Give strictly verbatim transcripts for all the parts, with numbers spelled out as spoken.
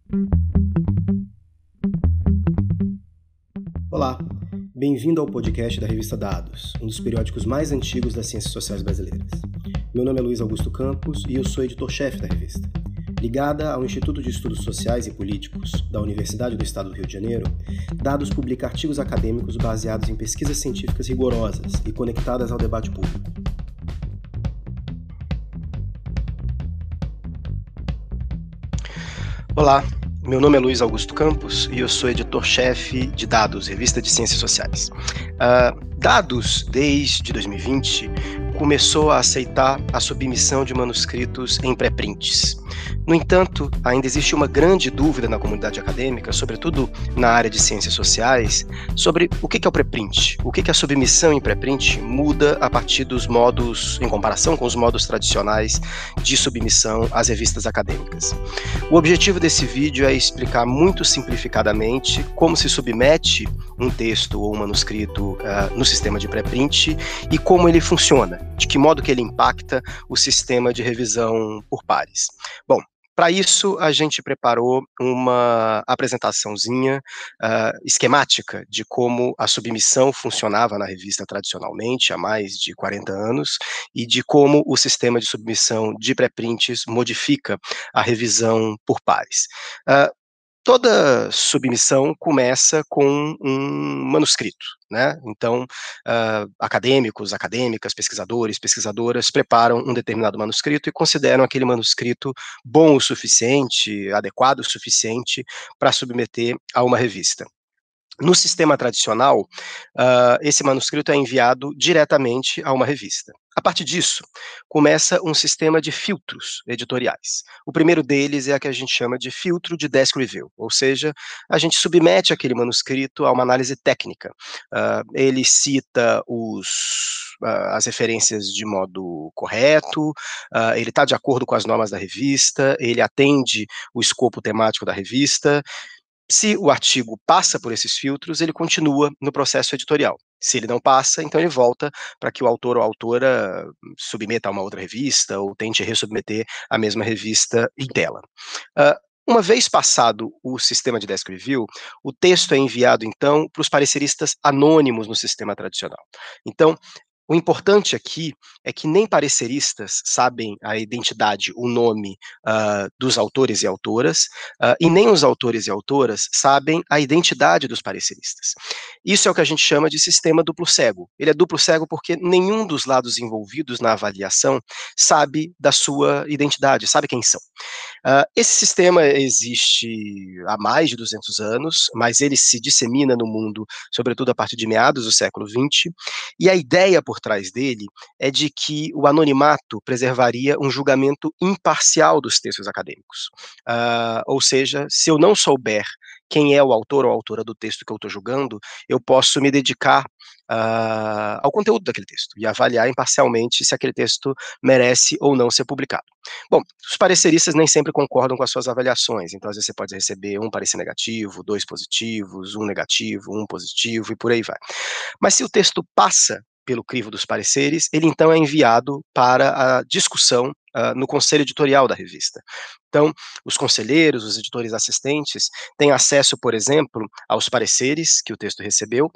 Olá, bem-vindo ao podcast da revista Dados, um dos periódicos mais antigos das ciências sociais brasileiras. Meu nome é Luiz Augusto Campos e eu sou editor-chefe da revista. Ligada ao Instituto de Estudos Sociais e Políticos da Universidade do Estado do Rio de Janeiro, Dados publica artigos acadêmicos baseados em pesquisas científicas rigorosas e conectadas ao debate público. Olá, meu nome é Luiz Augusto Campos e eu sou editor-chefe de Dados, revista de Ciências Sociais. Uh, Dados, desde dois mil e vinte, começou a aceitar a submissão de manuscritos em pré-prints. No entanto, ainda existe uma grande dúvida na comunidade acadêmica, sobretudo na área de ciências sociais, sobre o que é o pré-print, o que a submissão em pré-print muda a partir dos modos, em comparação com os modos tradicionais de submissão às revistas acadêmicas. O objetivo desse vídeo é explicar muito simplificadamente como se submete um texto ou um manuscrito uh, no sistema de pré-print e como ele funciona, de que modo que ele impacta o sistema de revisão por pares. Bom, para isso, a gente preparou uma apresentaçãozinha uh, esquemática de como a submissão funcionava na revista tradicionalmente, há mais de quarenta anos, e de como o sistema de submissão de pré-prints modifica a revisão por pares. Uh, Toda submissão começa com um manuscrito, né? Então, uh, acadêmicos, acadêmicas, pesquisadores, pesquisadoras preparam um determinado manuscrito e consideram aquele manuscrito bom o suficiente, adequado o suficiente para submeter a uma revista. No sistema tradicional, uh, esse manuscrito é enviado diretamente a uma revista. A partir disso, começa um sistema de filtros editoriais. O primeiro deles é a que a gente chama de filtro de desk review, ou seja, a gente submete aquele manuscrito a uma análise técnica. Uh, ele cita os, uh, as referências de modo correto, uh, ele está de acordo com as normas da revista, ele atende o escopo temático da revista. Se o artigo passa por esses filtros, ele continua no processo editorial. Se ele não passa, então ele volta para que o autor ou a autora submeta a uma outra revista ou tente resubmeter a mesma revista em tela. Uh, uma vez passado o sistema de desk review, o texto é enviado, então, para os pareceristas anônimos no sistema tradicional. Então, o importante aqui é que nem pareceristas sabem a identidade, o nome uh, dos autores e autoras, uh, e nem os autores e autoras sabem a identidade dos pareceristas. Isso é o que a gente chama de sistema duplo cego. Ele é duplo cego porque nenhum dos lados envolvidos na avaliação sabe da sua identidade, sabe quem são. Uh, esse sistema existe há mais de duzentos anos, mas ele se dissemina no mundo, sobretudo a partir de meados do século vinte, e a ideia por trás dele é de que o anonimato preservaria um julgamento imparcial dos textos acadêmicos. Uh, ou seja, se eu não souber quem é o autor ou a autora do texto que eu estou julgando, eu posso me dedicar uh, ao conteúdo daquele texto e avaliar imparcialmente se aquele texto merece ou não ser publicado. Bom, os pareceristas nem sempre concordam com as suas avaliações, então às vezes você pode receber um parecer negativo, dois positivos, um negativo, um positivo e por aí vai. Mas se o texto passa pelo crivo dos pareceres, ele então é enviado para a discussão uh, no conselho editorial da revista. Então, os conselheiros, os editores assistentes, têm acesso, por exemplo, aos pareceres que o texto recebeu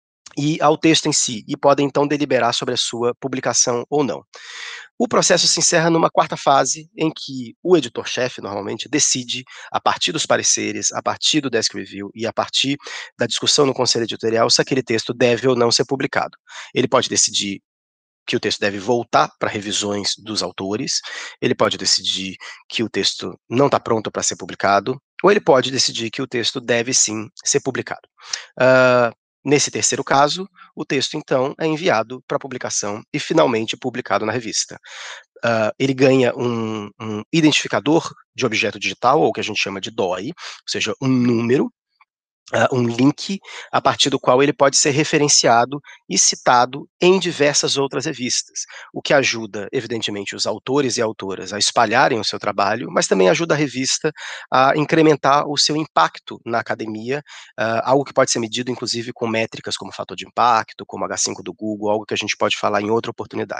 e ao texto em si, e podem então deliberar sobre a sua publicação ou não. O processo se encerra numa quarta fase, em que o editor-chefe, normalmente, decide, a partir dos pareceres, a partir do desk review e a partir da discussão no conselho editorial, se aquele texto deve ou não ser publicado. Ele pode decidir que o texto deve voltar para revisões dos autores, ele pode decidir que o texto não está pronto para ser publicado, ou ele pode decidir que o texto deve sim ser publicado. Uh, Nesse terceiro caso, o texto, então, é enviado para publicação e finalmente publicado na revista. Uh, ele ganha um, um identificador de objeto digital, ou o que a gente chama de D O I, ou seja, um número, uh, um link, a partir do qual ele pode ser referenciado e citado em diversas outras revistas, o que ajuda, evidentemente, os autores e autoras a espalharem o seu trabalho, mas também ajuda a revista a incrementar o seu impacto na academia, uh, algo que pode ser medido, inclusive, com métricas como fator de impacto, como H cinco do Google, algo que a gente pode falar em outra oportunidade.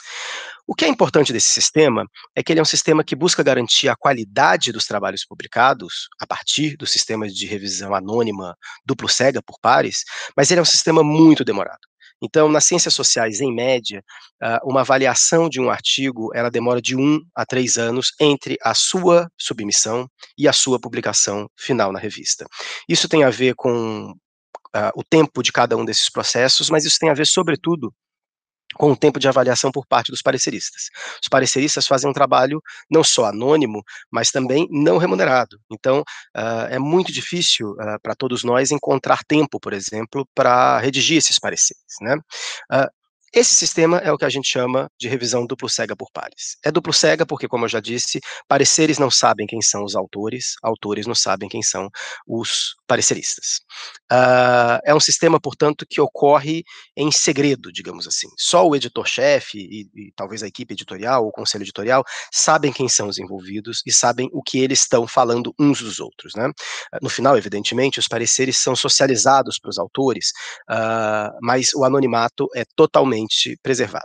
O que é importante desse sistema é que ele é um sistema que busca garantir a qualidade dos trabalhos publicados a partir do sistema de revisão anônima duplo cega por pares, mas ele é um sistema muito demorado. Então, nas ciências sociais, em média, ah, uma avaliação de um artigo, ela demora de um a três anos entre a sua submissão e a sua publicação final na revista. Isso tem a ver com ah, o tempo de cada um desses processos, mas isso tem a ver, sobretudo, com o tempo de avaliação por parte dos pareceristas. Os pareceristas fazem um trabalho não só anônimo, mas também não remunerado. Então, ah, é muito difícil ah, para todos nós encontrar tempo, por exemplo, para redigir esses pareceres, né? Ah, esse sistema é o que a gente chama de revisão duplo cega por pares. É duplo cega porque, como eu já disse, pareceres não sabem quem são os autores, autores não sabem quem são os pareceristas. Ah, é um sistema, portanto, que ocorre em segredo, digamos assim. Só o editor-chefe e, e talvez a equipe editorial ou o conselho editorial sabem quem são os envolvidos e sabem o que eles estão falando uns dos outros, né? No final, evidentemente, os pareceres são socializados para os autores, uh, mas o anonimato é totalmente preservado.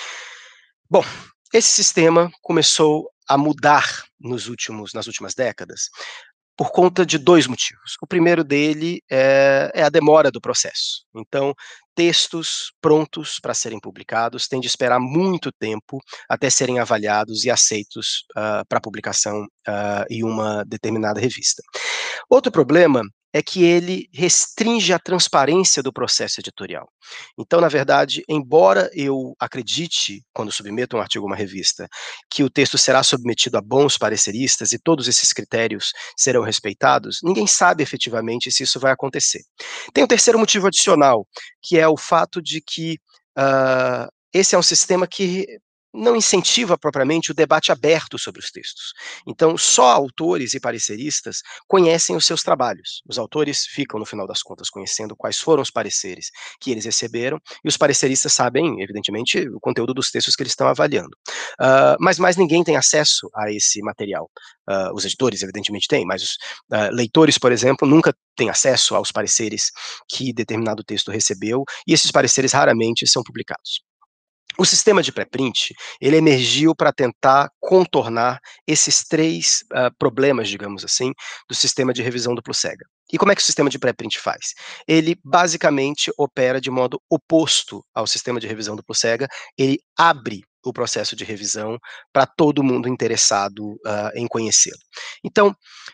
Bom, esse sistema começou a mudar nos últimos, nas últimas décadas, por conta de dois motivos. O primeiro dele é, é a demora do processo. Então, textos prontos para serem publicados têm de esperar muito tempo até serem avaliados e aceitos uh, para publicação uh, em uma determinada revista. Outro problema é que ele restringe a transparência do processo editorial. Então, na verdade, embora eu acredite, quando submeto um artigo a uma revista, que o texto será submetido a bons pareceristas e todos esses critérios serão respeitados, ninguém sabe efetivamente se isso vai acontecer. Tem um terceiro motivo adicional, que é o fato de que uh, esse é um sistema que não incentiva propriamente o debate aberto sobre os textos. Então, só autores e pareceristas conhecem os seus trabalhos. Os autores ficam, no final das contas, conhecendo quais foram os pareceres que eles receberam, e os pareceristas sabem, evidentemente, o conteúdo dos textos que eles estão avaliando. Uh, mas mais ninguém tem acesso a esse material. Uh, os editores, evidentemente, têm, mas os uh, leitores, por exemplo, nunca têm acesso aos pareceres que determinado texto recebeu, e esses pareceres raramente são publicados. O sistema de pré-print, ele emergiu para tentar contornar esses três uh, problemas, digamos assim, do sistema de revisão duplo cega. E como é que o sistema de pré-print faz? Ele basicamente opera de modo oposto ao sistema de revisão duplo cega, ele abre o processo de revisão para todo mundo interessado uh, em conhecê-lo. Então,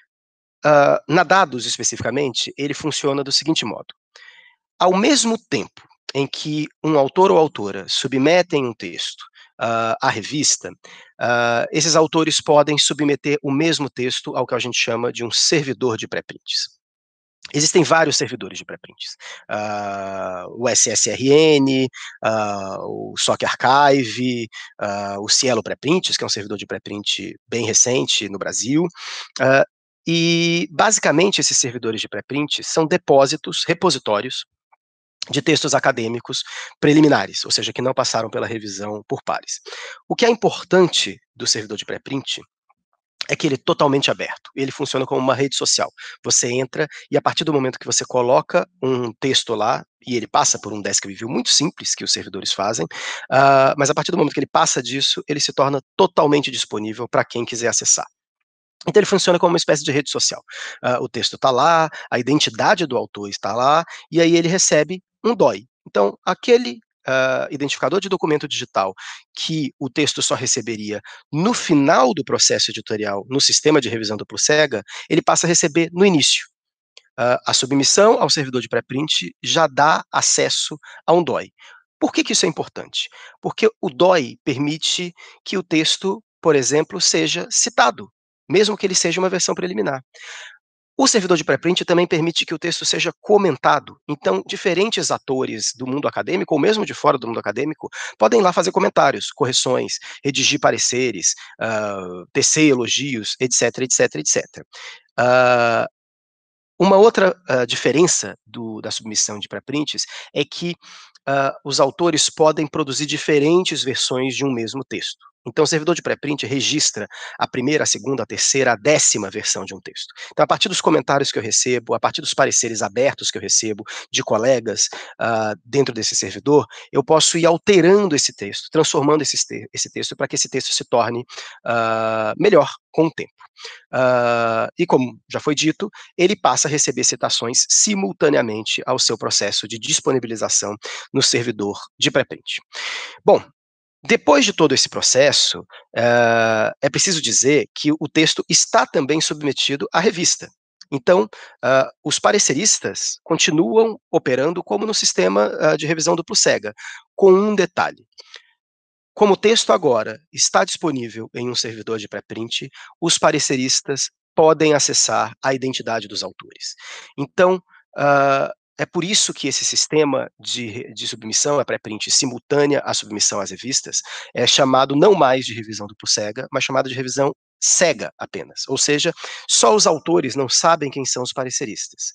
uh, na Dados especificamente, ele funciona do seguinte modo: ao mesmo tempo em que um autor ou autora submetem um texto uh, à revista, uh, esses autores podem submeter o mesmo texto ao que a gente chama de um servidor de pré-prints. Existem vários servidores de pré-prints, uh, o S S R N, uh, o S O C Archive, uh, o Cielo Pré-prints, que é um servidor de pré-print bem recente no Brasil, uh, e basicamente esses servidores de pré-print são depósitos, repositórios, de textos acadêmicos preliminares, ou seja, que não passaram pela revisão por pares. O que é importante do servidor de pré-print é que ele é totalmente aberto, ele funciona como uma rede social. Você entra e a partir do momento que você coloca um texto lá, e ele passa por um desk review muito simples que os servidores fazem, uh, mas a partir do momento que ele passa disso, ele se torna totalmente disponível para quem quiser acessar. Então ele funciona como uma espécie de rede social. Uh, o texto está lá, a identidade do autor está lá, e aí ele recebe um D O I. Então, aquele uh, identificador de documento digital que o texto só receberia no final do processo editorial, no sistema de revisão duplo cega, ele passa a receber no início. Uh, a submissão ao servidor de pré-print já dá acesso a um D O I. Por que que isso é importante? Porque o D O I permite que o texto, por exemplo, seja citado, mesmo que ele seja uma versão preliminar. O servidor de pré-print também permite que o texto seja comentado. Então, diferentes atores do mundo acadêmico, ou mesmo de fora do mundo acadêmico, podem ir lá fazer comentários, correções, redigir pareceres, uh, tecer elogios, etc, etc, etcétera. Uh, uma outra uh, diferença do, da submissão de pré-prints é que uh, os autores podem produzir diferentes versões de um mesmo texto. Então, o servidor de pré-print registra a primeira, a segunda, a terceira, a décima versão de um texto. Então, a partir dos comentários que eu recebo, a partir dos pareceres abertos que eu recebo de colegas uh, dentro desse servidor, eu posso ir alterando esse texto, transformando esse, te esse texto para que esse texto se torne uh, melhor com o tempo. Uh, e como já foi dito, ele passa a receber citações simultaneamente ao seu processo de disponibilização no servidor de pré-print. Bom, depois de todo esse processo, uh, é preciso dizer que o texto está também submetido à revista. Então, uh, os pareceristas continuam operando como no sistema uh, de revisão duplo cega, com um detalhe. Como o texto agora está disponível em um servidor de pré-print, os pareceristas podem acessar a identidade dos autores. Então, uh, é por isso que esse sistema de, de submissão a pré-print simultânea à submissão às revistas é chamado não mais de revisão duplo cega, mas chamado de revisão cega apenas, ou seja, só os autores não sabem quem são os pareceristas.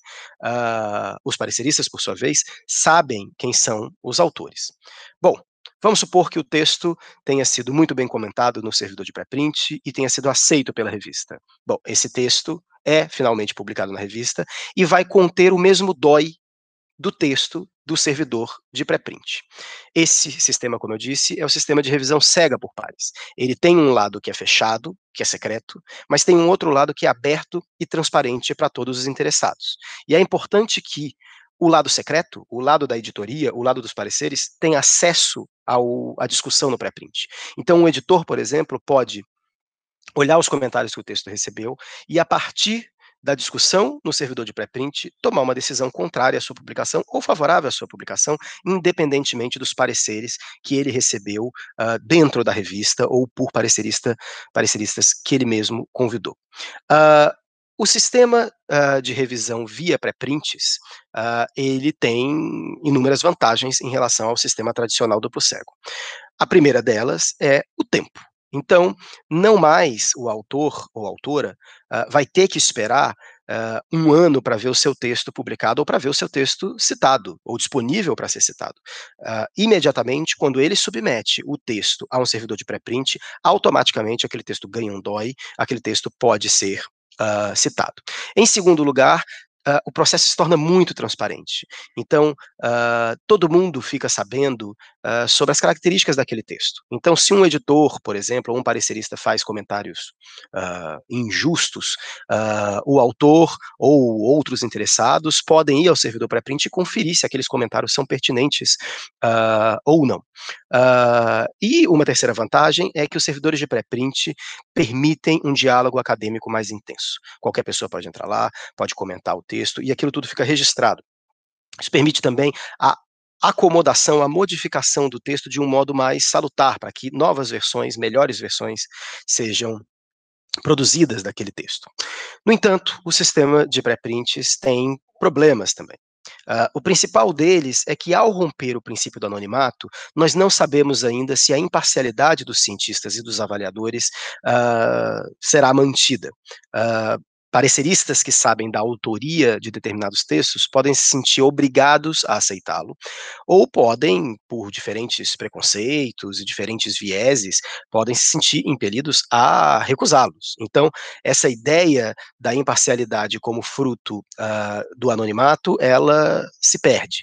Uh, os pareceristas, por sua vez, sabem quem são os autores. Bom, vamos supor que o texto tenha sido muito bem comentado no servidor de pré-print e tenha sido aceito pela revista. Bom, esse texto é finalmente publicado na revista e vai conter o mesmo D O I do texto do servidor de pré-print. Esse sistema, como eu disse, é o sistema de revisão cega por pares. Ele tem um lado que é fechado, que é secreto, mas tem um outro lado que é aberto e transparente para todos os interessados. E é importante que o lado secreto, o lado da editoria, o lado dos pareceres, tenha acesso ao, à discussão no pré-print. Então, o editor, por exemplo, pode olhar os comentários que o texto recebeu e, a partir da discussão no servidor de pré-print, tomar uma decisão contrária à sua publicação ou favorável à sua publicação, independentemente dos pareceres que ele recebeu uh, dentro da revista ou por parecerista, pareceristas que ele mesmo convidou. Uh, o sistema uh, de revisão via pré-prints, uh, ele tem inúmeras vantagens em relação ao sistema tradicional duplo cego. A primeira delas é o tempo. Então, não mais o autor ou autora uh, vai ter que esperar uh, um ano para ver o seu texto publicado ou para ver o seu texto citado ou disponível para ser citado. Uh, imediatamente, quando ele submete o texto a um servidor de pré-print, automaticamente aquele texto ganha um D O I, aquele texto pode ser uh, citado. Em segundo lugar, Uh, o processo se torna muito transparente. Então, uh, todo mundo fica sabendo uh, sobre as características daquele texto. Então, se um editor, por exemplo, ou um parecerista faz comentários uh, injustos, uh, o autor ou outros interessados podem ir ao servidor pré-print e conferir se aqueles comentários são pertinentes uh, ou não. Uh, e uma terceira vantagem é que os servidores de pré-print permitem um diálogo acadêmico mais intenso. Qualquer pessoa pode entrar lá, pode comentar o texto, e aquilo tudo fica registrado. Isso permite também a acomodação, a modificação do texto de um modo mais salutar, para que novas versões, melhores versões, sejam produzidas daquele texto. No entanto, o sistema de pré-prints tem problemas também. Uh, o principal deles é que, ao romper o princípio do anonimato, nós não sabemos ainda se a imparcialidade dos cientistas e dos avaliadores uh, será mantida. Uh, Pareceristas que sabem da autoria de determinados textos podem se sentir obrigados a aceitá-lo, ou podem, por diferentes preconceitos e diferentes vieses, podem se sentir impelidos a recusá-los. Então, essa ideia da imparcialidade como fruto uh, do anonimato, ela se perde.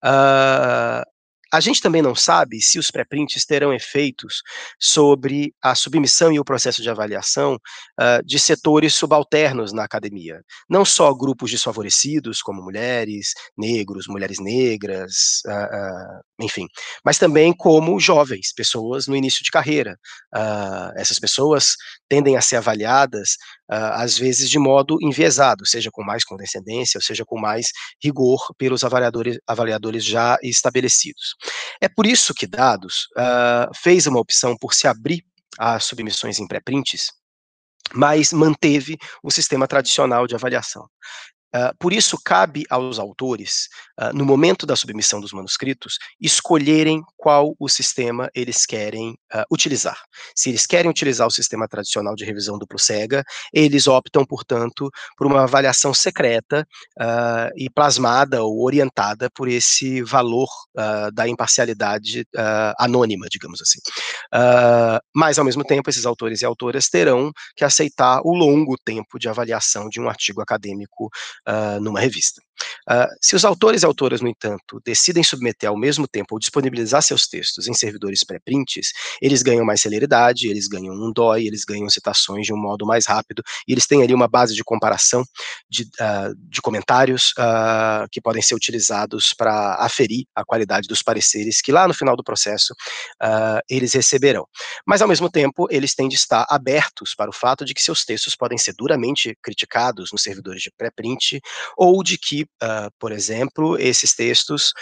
Uh, A gente também não sabe se os pré-prints terão efeitos sobre a submissão e o processo de avaliação uh, de setores subalternos na academia. Não só grupos desfavorecidos, como mulheres, negros, mulheres negras, uh, uh, enfim, mas também como jovens, pessoas no início de carreira. Uh, essas pessoas tendem a ser avaliadas, uh, às vezes, de modo enviesado, seja com mais condescendência, ou seja com mais rigor pelos avaliadores, avaliadores já estabelecidos. É por isso que Dados uh, fez uma opção por se abrir às submissões em pré-prints, mas manteve o sistema tradicional de avaliação. Uh, por isso, cabe aos autores, uh, no momento da submissão dos manuscritos, escolherem qual o sistema eles querem uh, utilizar. Se eles querem utilizar o sistema tradicional de revisão duplo-cega, eles optam, portanto, por uma avaliação secreta uh, e plasmada ou orientada por esse valor uh, da imparcialidade uh, anônima, digamos assim. Uh, mas, ao mesmo tempo, esses autores e autoras terão que aceitar o longo tempo de avaliação de um artigo acadêmico Uh, numa revista. Uh, se os autores e autoras, no entanto, decidem submeter ao mesmo tempo ou disponibilizar seus textos em servidores pré-prints, eles ganham mais celeridade, eles ganham um D O I, eles ganham citações de um modo mais rápido, e eles têm ali uma base de comparação de, uh, de comentários uh, que podem ser utilizados para aferir a qualidade dos pareceres que lá no final do processo uh, eles receberão. Mas, ao mesmo tempo, eles têm de estar abertos para o fato de que seus textos podem ser duramente criticados nos servidores de pré-print, ou de que, uh, por exemplo, esses textos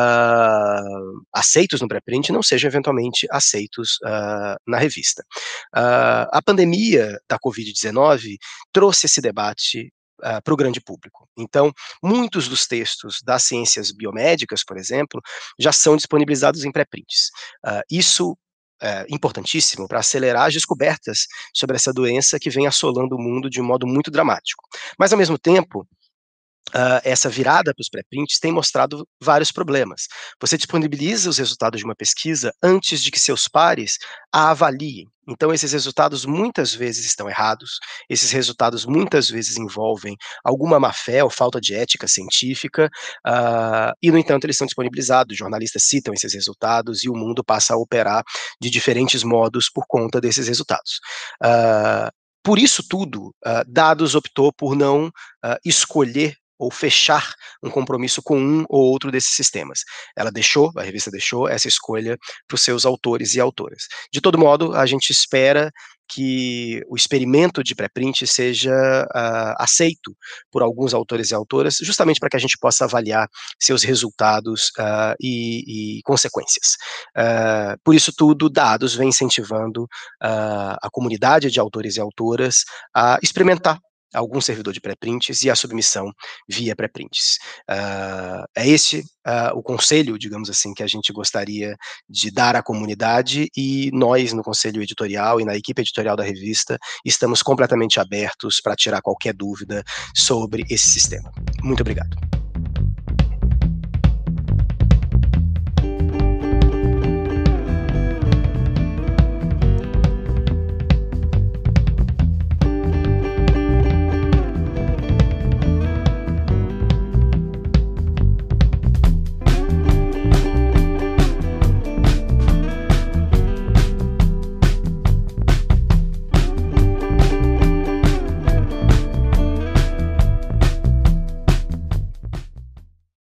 uh, aceitos no pré-print não sejam eventualmente aceitos uh, na revista. Uh, a pandemia da covid dezenove trouxe esse debate Uh, para o grande público. Então, muitos dos textos das ciências biomédicas, por exemplo, já são disponibilizados em pré-prints. Uh, isso é importantíssimo para acelerar as descobertas sobre essa doença que vem assolando o mundo de um modo muito dramático. Mas, ao mesmo tempo, Uh, essa virada para os pré-prints tem mostrado vários problemas. Você disponibiliza os resultados de uma pesquisa antes de que seus pares a avaliem. Então, esses resultados muitas vezes estão errados, esses resultados muitas vezes envolvem alguma má-fé ou falta de ética científica, uh, e, no entanto, eles são disponibilizados, jornalistas citam esses resultados e o mundo passa a operar de diferentes modos por conta desses resultados. Uh, por isso tudo, uh, Dados optou por não uh, escolher ou fechar um compromisso com um ou outro desses sistemas. Ela deixou, a revista deixou essa escolha para os seus autores e autoras. De todo modo, a gente espera que o experimento de pré-print seja uh, aceito por alguns autores e autoras, justamente para que a gente possa avaliar seus resultados uh, e, e consequências. Uh, por isso tudo, Dados vem incentivando uh, a comunidade de autores e autoras a experimentar algum servidor de pré-prints e a submissão via pré-prints. Uh, é esse uh, o conselho, digamos assim, que a gente gostaria de dar à comunidade, e nós, no conselho editorial e na equipe editorial da revista, estamos completamente abertos para tirar qualquer dúvida sobre esse sistema. Muito obrigado.